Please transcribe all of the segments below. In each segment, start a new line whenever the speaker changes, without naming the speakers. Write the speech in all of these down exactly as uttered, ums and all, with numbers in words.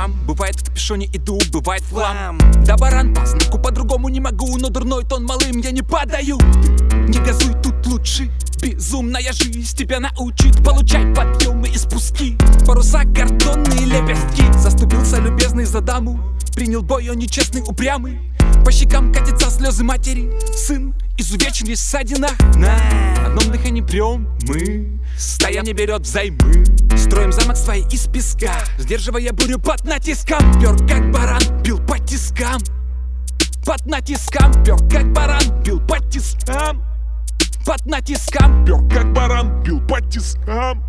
мам. Бывает в капюшоне иду, бывает в хлам. Да, баран, по знаку по-другому не могу, но дурной тон малым я не падаю. Не газуй, тут лучше. Безумная жизнь тебя научит. Получай подъемы и спуски. Паруса, картонные лепестки. Заступился любезный за даму. Принял бой, он нечестный, упрямый. По щекам катятся слезы матери. Сын изувечен, весь в ссадинах. На одном дыхании прем мы. Стая не берет взаймы. Строим замок свой из песка, сдерживая бурю под натиском. Пер как баран, бил по тискам. Под натиском, пер как баран, бил по тискам. Под натиском,
пер как баран, бил по тискам.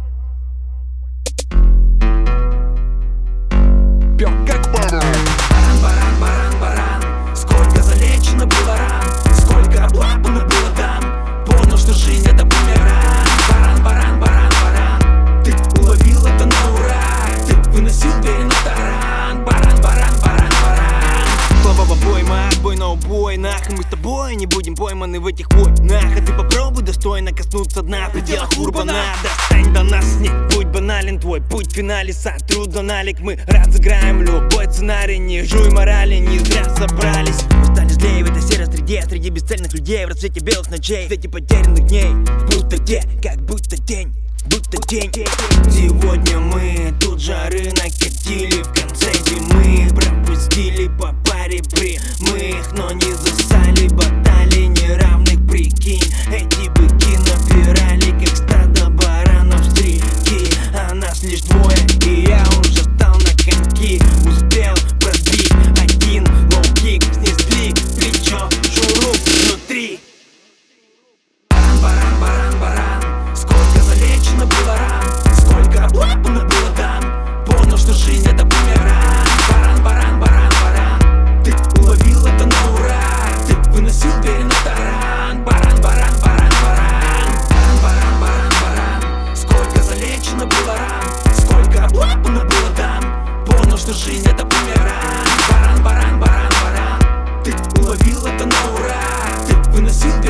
Пер как баран. Баран, баран, баран, баран. Сколько залечено было ран, сколько облапано было там. Понял, что жизнь это бумеранг. Баран, баран, баран, баран. Ты уловил это на ура. Ты выносил двери на таран. Баран, баран, баран, баран.
Слова пойма, бой на убойнах. Мы с тобой не будем пойманы в этих войнах. А ты попробуй достойно коснуться дна в пределах урбана. Достань до нас, не будь банален. Твой путь в финале сотру до налик. Мы разыграем любой сценарий. Не жуй морали, не зря собрались. Мы стали злее в этой серой среде. Среди бесцельных людей в расцвете белых ночей. В свете потерянных дней, в пустоте, как будто день, будто день. Сегодня мы тут жары накатили. В конце зимы пропустили по паре прямых, но не засали баталий неравных. Прикинь, эти быки напирали, как стадо баранов стрики. А нас лишь двое, и я уже стал на коньки. Успел пробить один лоу-кик, снесли плечо, шуруп внутри.
Баран, баран, баран, баран. Сколько залечено было ран, сколько облапано было там. Понял, что жизнь это бумеранг. Баран, баран, баран, баран. Ты уловил это на ура. Ты выносил двери на таран. Баран, баран, баран, баран. Баран, баран, баран, баран. Сколько залечено было ран, сколько облапано было там. Понял, что жизнь это бумеранг. Баран, баран, баран, баран. Ты уловил это на ура. Ты выносил